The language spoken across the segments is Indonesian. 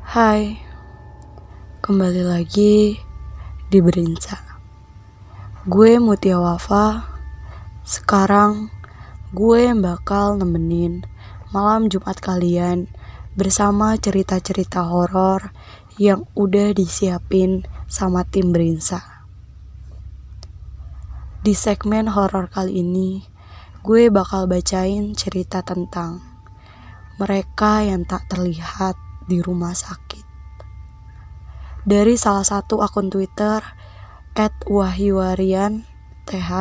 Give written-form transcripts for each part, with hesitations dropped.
Hai, kembali lagi di Berinsa. Gue Mutia Wafa. Sekarang gue bakal nemenin malam Jumat kalian bersama cerita-cerita horor yang udah disiapin sama tim Berinsa. Di segmen horor kali ini, gue bakal bacain cerita tentang mereka yang tak terlihat di rumah sakit. Dari salah satu akun Twitter @wahyuarian_th.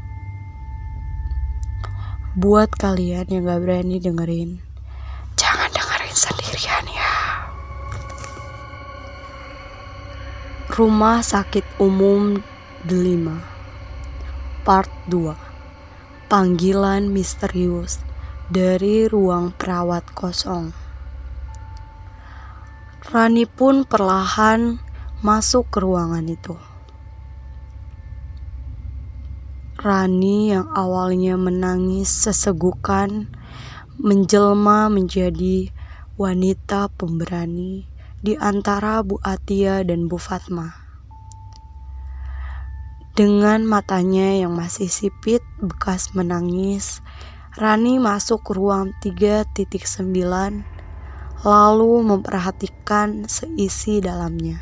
Buat kalian yang gak berani dengerin, jangan dengerin sendirian ya. Rumah Sakit Umum Delima Part 2. Panggilan misterius dari ruang perawat kosong. Rani pun perlahan masuk ke ruangan itu. Rani yang awalnya menangis sesegukan menjelma menjadi wanita pemberani di antara Bu Atia dan Bu Fatma. Dengan matanya yang masih sipit bekas menangis, Rani masuk ke ruang 3.9 lalu memperhatikan seisi dalamnya.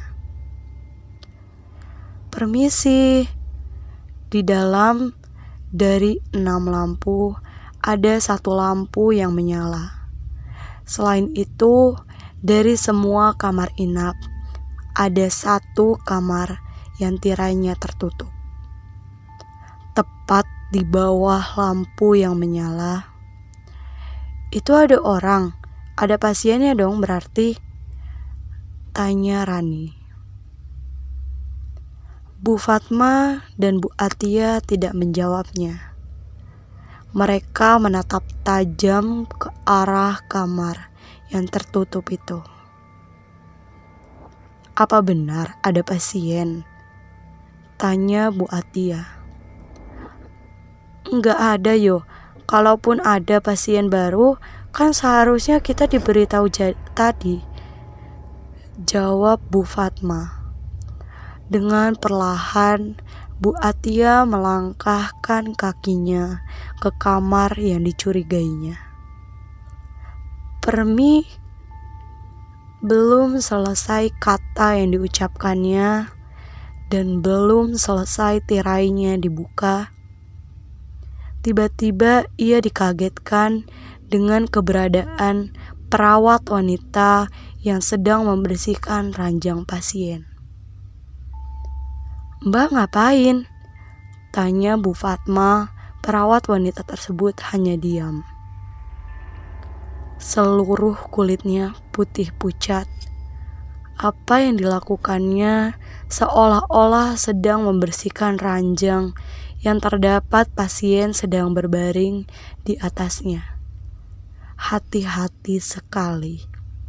Permisi. Di dalam dari 6 lampu ada 1 lampu yang menyala. Selain itu, dari semua kamar inap ada 1 kamar yang tirainya tertutup. Tepat di bawah lampu yang menyala, itu ada orang. Ada pasiennya dong berarti? Tanya Rani. Bu Fatma dan Bu Atia tidak menjawabnya. Mereka menatap tajam ke arah kamar yang tertutup itu. Apa benar ada pasien? Tanya Bu Atia. Enggak ada yo. Kalaupun ada pasien baru, kan seharusnya kita diberitahu tadi. Jawab Bu Fatma. Dengan perlahan, Bu Atia melangkahkan kakinya ke kamar yang dicurigainya. Permi. Belum selesai kata yang diucapkannya dan belum selesai tirainya dibuka, tiba-tiba ia dikagetkan dengan keberadaan perawat wanita yang sedang membersihkan ranjang pasien. Mbak ngapain? Tanya Bu Fatma. Perawat wanita tersebut hanya diam. Seluruh kulitnya putih pucat. Apa yang dilakukannya seolah-olah sedang membersihkan ranjang yang terdapat pasien sedang berbaring di atasnya. Hati-hati sekali.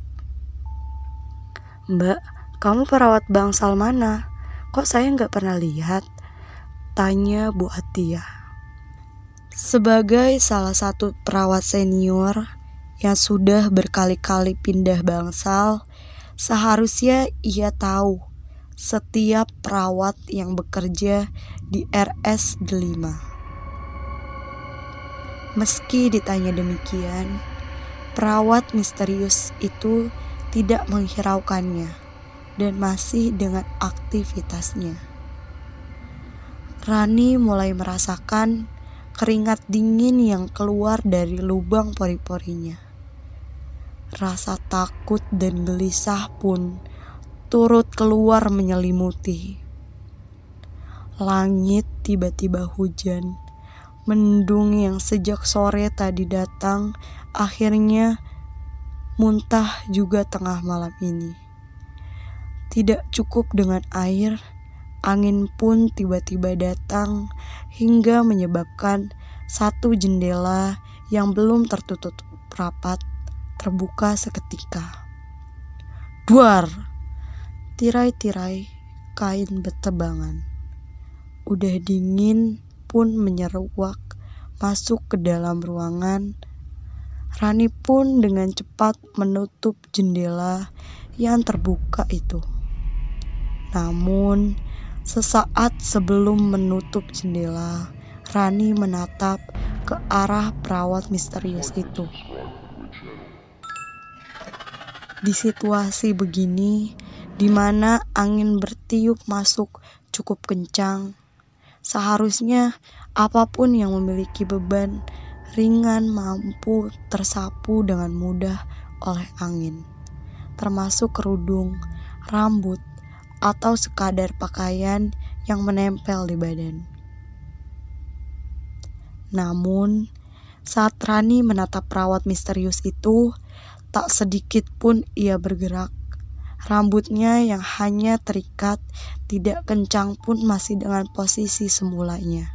Mbak, kamu perawat bangsal mana? Kok saya gak pernah lihat? Tanya Bu Atia. Sebagai salah satu perawat senior yang sudah berkali-kali pindah bangsal, seharusnya ia tahu setiap perawat yang bekerja di RS Delima. Meski ditanya demikian, perawat misterius itu tidak menghiraukannya dan masih dengan aktivitasnya. Rani mulai merasakan keringat dingin yang keluar dari lubang pori-porinya. Rasa takut dan gelisah pun turut keluar menyelimuti. Langit tiba-tiba hujan. Mendung yang sejak sore tadi datang akhirnya muntah juga tengah malam ini. Tidak cukup dengan air, angin pun tiba-tiba datang hingga menyebabkan 1 jendela yang belum tertutup rapat terbuka seketika. Duar! Tirai-tirai kain bertebangan. Udah dingin pun menyeruak masuk ke dalam ruangan. Rani pun dengan cepat menutup jendela yang terbuka itu. Namun, sesaat sebelum menutup jendela, Rani menatap ke arah perawat misterius itu. Di situasi begini, di mana angin bertiup masuk cukup kencang, seharusnya apapun yang memiliki beban ringan mampu tersapu dengan mudah oleh angin, termasuk kerudung, rambut, atau sekadar pakaian yang menempel di badan. Namun, saat Rani menatap perawat misterius itu, tak sedikit pun ia bergerak. Rambutnya yang hanya terikat tidak kencang pun masih dengan posisi semulanya.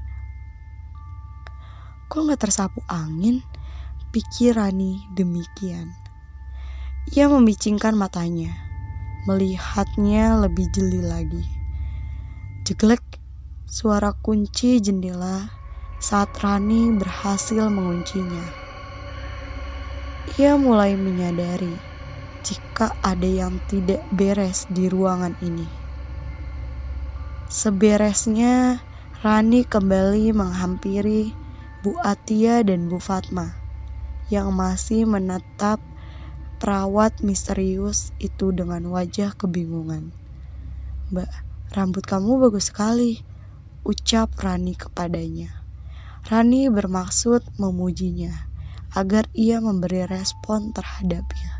Kok gak tersapu angin? Pikir Rani demikian. Ia membicingkan matanya, melihatnya lebih jeli lagi. Jeglek, suara kunci jendela saat Rani berhasil menguncinya. Ia mulai menyadari jika ada yang tidak beres di ruangan ini. Seberesnya, Rani kembali menghampiri Bu Atia dan Bu Fatma yang masih menatap perawat misterius itu dengan wajah kebingungan. "Mbak, rambut kamu bagus sekali," ucap Rani kepadanya. Rani bermaksud memujinya agar ia memberi respon terhadapnya.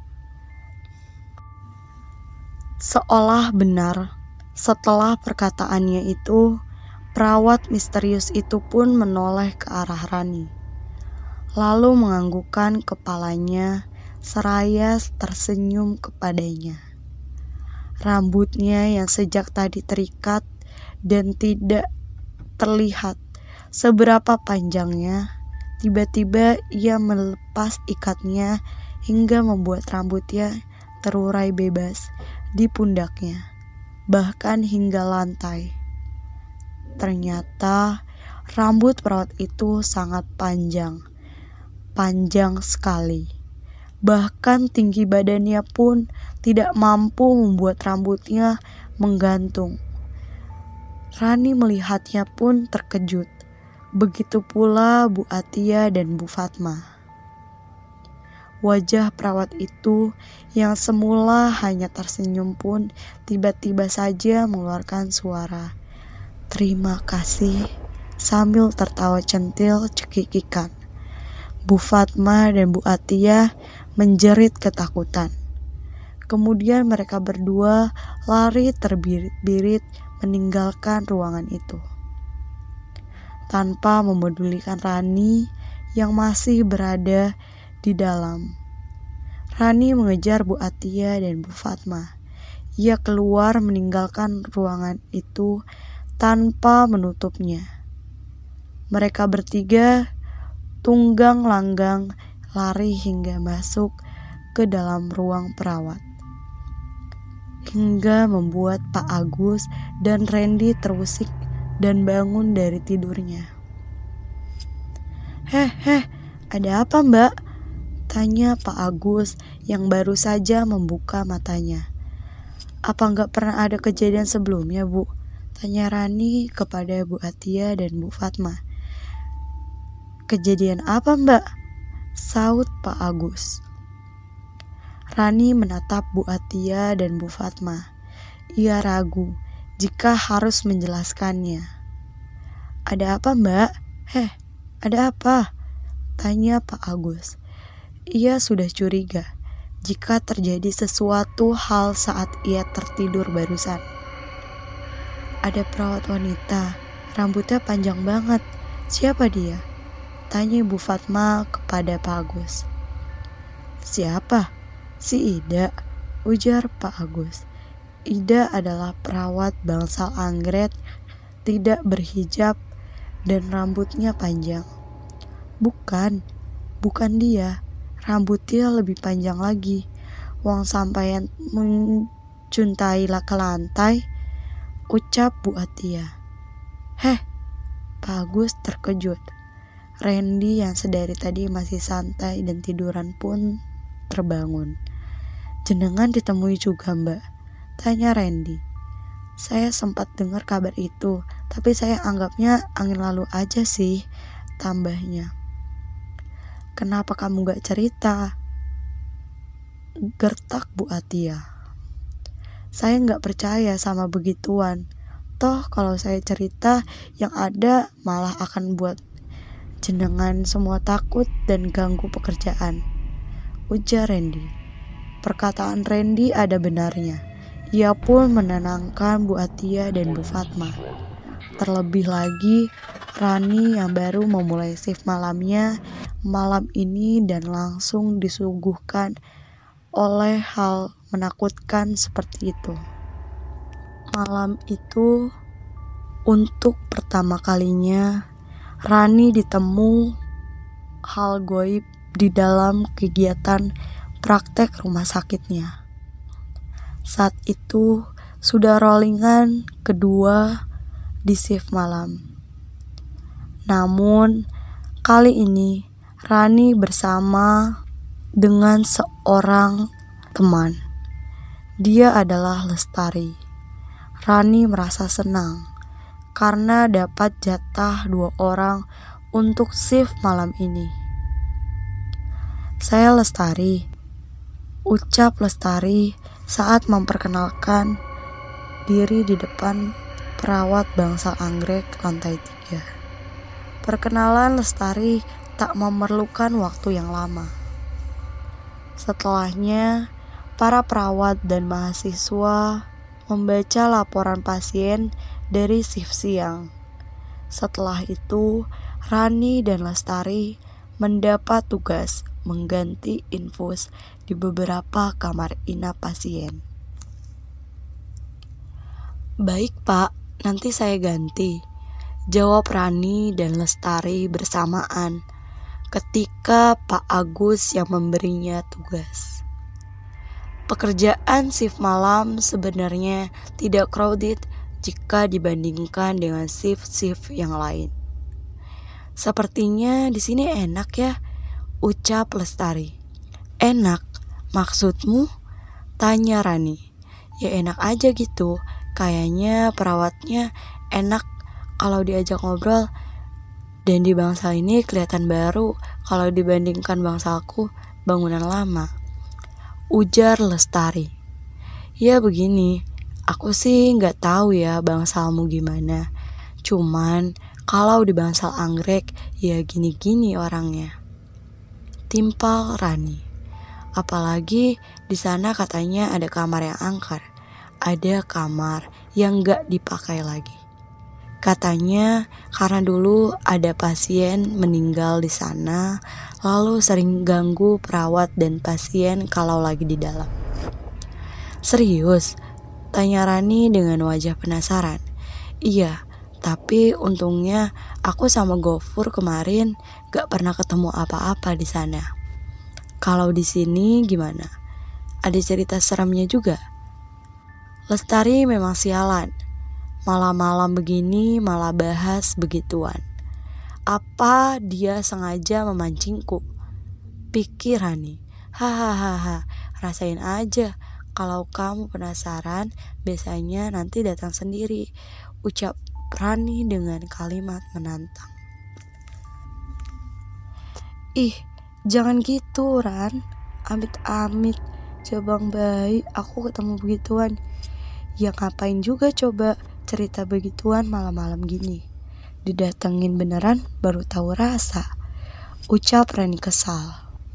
Seolah benar, setelah perkataannya itu, perawat misterius itu pun menoleh ke arah Rani, lalu menganggukkan kepalanya seraya tersenyum kepadanya. Rambutnya yang sejak tadi terikat dan tidak terlihat seberapa panjangnya, tiba-tiba ia melepas ikatnya hingga membuat rambutnya terurai bebas di pundaknya, bahkan hingga lantai. Ternyata rambut perawat itu sangat panjang sekali. Bahkan tinggi badannya pun tidak mampu membuat rambutnya menggantung. Rani melihatnya pun terkejut. Begitu pula Bu Atia dan Bu Fatma. Wajah perawat itu yang semula hanya tersenyum pun tiba-tiba saja mengeluarkan suara "Terima kasih" sambil tertawa centil cekikikan. Bu Fatma dan Bu Atia menjerit ketakutan. Kemudian mereka berdua lari terbirit-birit meninggalkan ruangan itu, tanpa memedulikan Rani yang masih berada di dalam. Rani mengejar Bu Atia dan Bu Fatma. Ia keluar meninggalkan ruangan itu tanpa menutupnya. Mereka bertiga tunggang langgang lari hingga masuk ke dalam ruang perawat, hingga membuat Pak Agus dan Randy terusik dan bangun dari tidurnya. Heh, ada apa Mbak? Tanya Pak Agus yang baru saja membuka matanya. Apa nggak pernah ada kejadian sebelumnya Bu? Tanya Rani kepada Bu Atia dan Bu Fatma. Kejadian apa Mbak? Saut Pak Agus. Rani menatap Bu Atia dan Bu Fatma. Ia ragu jika harus menjelaskannya. Ada apa Mbak? Ada apa? Tanya Pak Agus. Ia sudah curiga jika terjadi sesuatu hal saat ia tertidur barusan. Ada perawat wanita, rambutnya panjang banget. Siapa dia? Tanya Bu Fatma kepada Pak Agus. Siapa? Si Ida, ujar Pak Agus. Ida adalah perawat bangsal anggrek, tidak berhijab dan rambutnya panjang. Bukan dia. Rambutnya lebih panjang lagi. Wong sampeyan mencuntai ke lantai, ucap Bu Atia. Pak Agus terkejut. Randy yang sedari tadi masih santai dan tiduran pun terbangun. Jenengan ditemui juga, Mbak? Tanya Randy. Saya sempat dengar kabar itu, tapi saya anggapnya angin lalu aja sih, tambahnya. Kenapa kamu gak cerita? Gertak Bu Atia. Saya gak percaya sama begituan. Toh kalau saya cerita, yang ada malah akan buat jenengan semua takut dan ganggu pekerjaan, ujar Randy. Perkataan Randy ada benarnya. Ia pun menenangkan Bu Atia dan Bu Fatma. Terlebih lagi Rani yang baru memulai shift malamnya malam ini dan langsung disuguhkan oleh hal menakutkan seperti itu. Malam itu untuk pertama kalinya Rani ditemu hal goib di dalam kegiatan praktek rumah sakitnya. Saat itu sudah rollingan kedua di shift malam. Namun kali ini Rani bersama dengan seorang teman. Dia adalah Lestari. Rani merasa senang karena dapat jatah 2 orang untuk shift malam ini. Saya Lestari, ucap Lestari saat memperkenalkan diri di depan perawat bangsal anggrek lantai 3. Perkenalan Lestari tak memerlukan waktu yang lama. Setelahnya, para perawat dan mahasiswa membaca laporan pasien dari shift siang. Setelah itu, Rani dan Lestari mendapat tugas mengganti infus di beberapa kamar inap pasien. Baik Pak, nanti saya ganti, jawab Rani dan Lestari bersamaan ketika Pak Agus yang memberinya tugas. Pekerjaan shift malam sebenarnya tidak crowded jika dibandingkan dengan shift-shift yang lain. Sepertinya di sini enak ya, ucap Lestari. Enak? Maksudmu? Tanya Rani. Ya enak aja gitu, kayaknya perawatnya enak kalau diajak ngobrol. Dan di bangsal ini kelihatan baru kalau dibandingkan bangsalku bangunan lama, ujar Lestari. Ya begini, aku sih gak tahu ya bangsalmu gimana. Cuman kalau di bangsal anggrek ya gini-gini orangnya, timpal Rani. Apalagi di sana katanya ada kamar yang angker, ada kamar yang gak dipakai lagi. Katanya karena dulu ada pasien meninggal di sana, lalu sering ganggu perawat dan pasien kalau lagi di dalam. Serius? Tanya Rani dengan wajah penasaran. Iya, tapi untungnya aku sama Gofur kemarin gak pernah ketemu apa-apa di sana. Kalau di sini gimana? Ada cerita seremnya juga? Lestari memang sialan. Malam-malam begini malah bahas begituan. Apa dia sengaja memancingku? Pikir Rani. Hahaha, rasain aja. Kalau kamu penasaran, biasanya nanti datang sendiri, ucap Rani dengan kalimat menantang. Ih, jangan gitu Ran. Amit-amit, Jabang bayi aku ketemu begituan. Ya ngapain juga coba cerita begituan malam-malam gini. Didatengin beneran baru tahu rasa, ucap Rani kesal.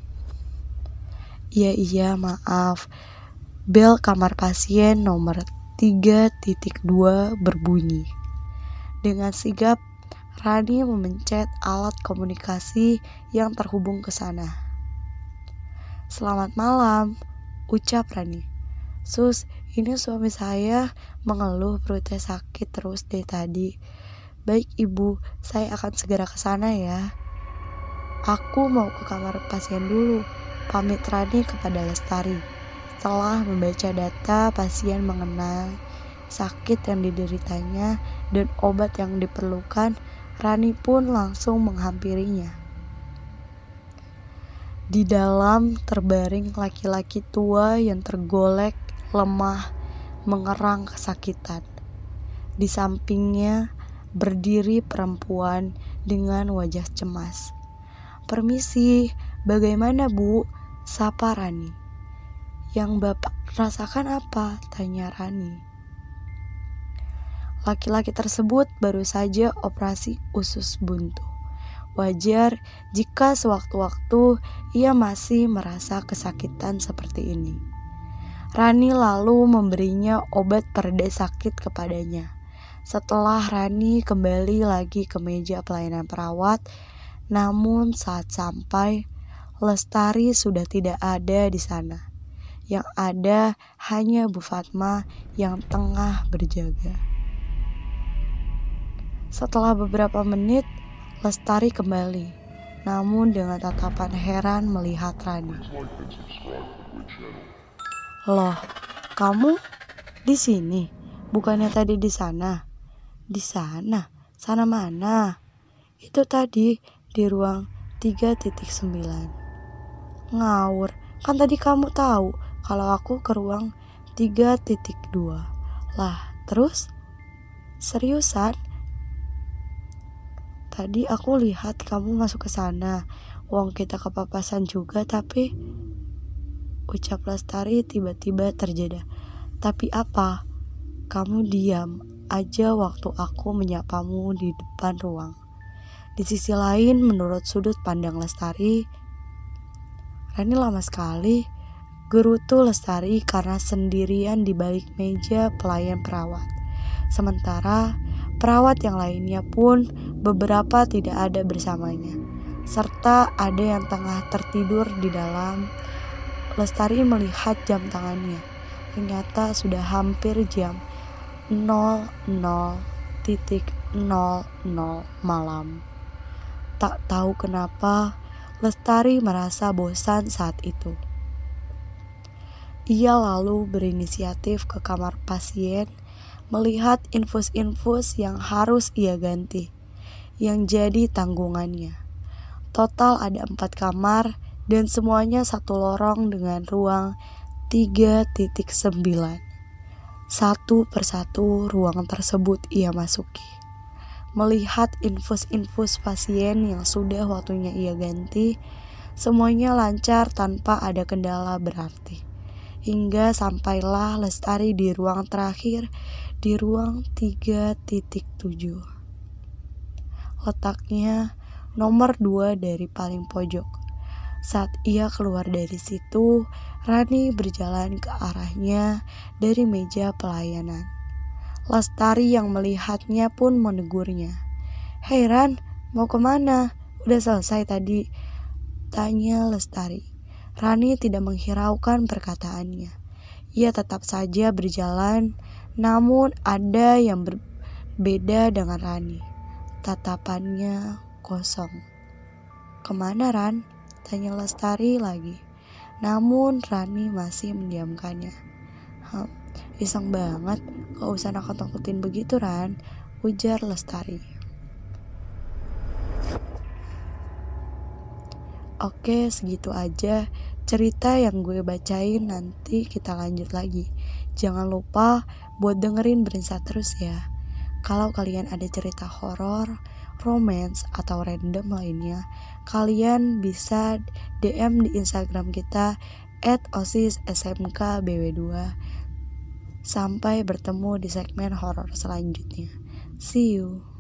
Iya maaf. Bel kamar pasien nomor 3.2 berbunyi. Dengan sigap Rani memencet alat komunikasi yang terhubung ke sana. Selamat malam, ucap Rani. Sus, ini suami saya mengeluh perutnya sakit terus dari tadi. Baik ibu, saya akan segera ke sana ya. Aku mau ke kamar pasien dulu, pamit Rani kepada Lestari. Setelah membaca data pasien mengenai sakit yang dideritanya dan obat yang diperlukan, Rani pun langsung menghampirinya. Di dalam terbaring laki-laki tua yang tergolek, lemah, mengerang kesakitan. Di sampingnya berdiri perempuan dengan wajah cemas. "Permisi, bagaimana Bu?" sapa Rani. "Yang Bapak rasakan apa?" tanya Rani. Laki-laki tersebut baru saja operasi usus buntu. Wajar jika sewaktu-waktu ia masih merasa kesakitan seperti ini. Rani lalu memberinya obat pereda sakit kepadanya. Setelah Rani kembali lagi ke meja pelayanan perawat, namun saat sampai, Lestari sudah tidak ada di sana. Yang ada hanya Bu Fatma yang tengah berjaga. Setelah beberapa menit, Lestari kembali, namun dengan tatapan heran melihat Rani. "Loh, kamu di sini? Bukannya tadi di sana?" "Di sana? Sana mana?" "Itu tadi di ruang 3.9. "Ngawur, kan tadi kamu tahu kalau aku ke ruang 3.2. "Lah, terus?" "Seriusan? Tadi aku lihat kamu masuk ke sana. Wong kita kepapasan juga tapi..." Ucap Lestari tiba-tiba terjeda. "Tapi apa?" "Kamu diam aja waktu aku menyapamu di depan ruang." Di sisi lain, menurut sudut pandang Lestari, Rani lama sekali, gerutu Lestari karena sendirian di balik meja pelayan perawat. Sementara perawat yang lainnya pun beberapa tidak ada bersamanya, serta ada yang tengah tertidur di dalam. Lestari melihat jam tangannya. Ternyata sudah hampir jam 00.00 malam. Tak tahu kenapa, Lestari merasa bosan saat itu. Ia lalu berinisiatif ke kamar pasien, melihat infus-infus yang harus ia ganti, yang jadi tanggungannya. Total ada 4 kamar dan semuanya satu lorong dengan ruang 3.9. Satu persatu ruang tersebut ia masuki. Melihat infus-infus pasien yang sudah waktunya ia ganti, semuanya lancar tanpa ada kendala berarti. Hingga sampailah Lestari di ruang terakhir, di ruang 3.7. Letaknya nomor 2 dari paling pojok. Saat ia keluar dari situ, Rani berjalan ke arahnya dari meja pelayanan. Lestari yang melihatnya pun menegurnya. "Hei Ran, mau kemana? Udah selesai tadi?" tanya Lestari. Rani tidak menghiraukan perkataannya. Ia tetap saja berjalan, namun ada yang berbeda dengan Rani. Tatapannya kosong. "Kemana Ran?" tanya Lestari lagi. Namun Rani masih mendiamkannya. Iseng banget, gak usah nakut-nakutin begitu Ran, ujar Lestari. Oke, segitu aja cerita yang gue bacain, nanti kita lanjut lagi. Jangan lupa buat dengerin Berinsa terus ya. Kalau kalian ada cerita horor, romance, atau random lainnya, kalian bisa DM di Instagram kita @osissmkbw2. Sampai bertemu di segmen horor selanjutnya. See you.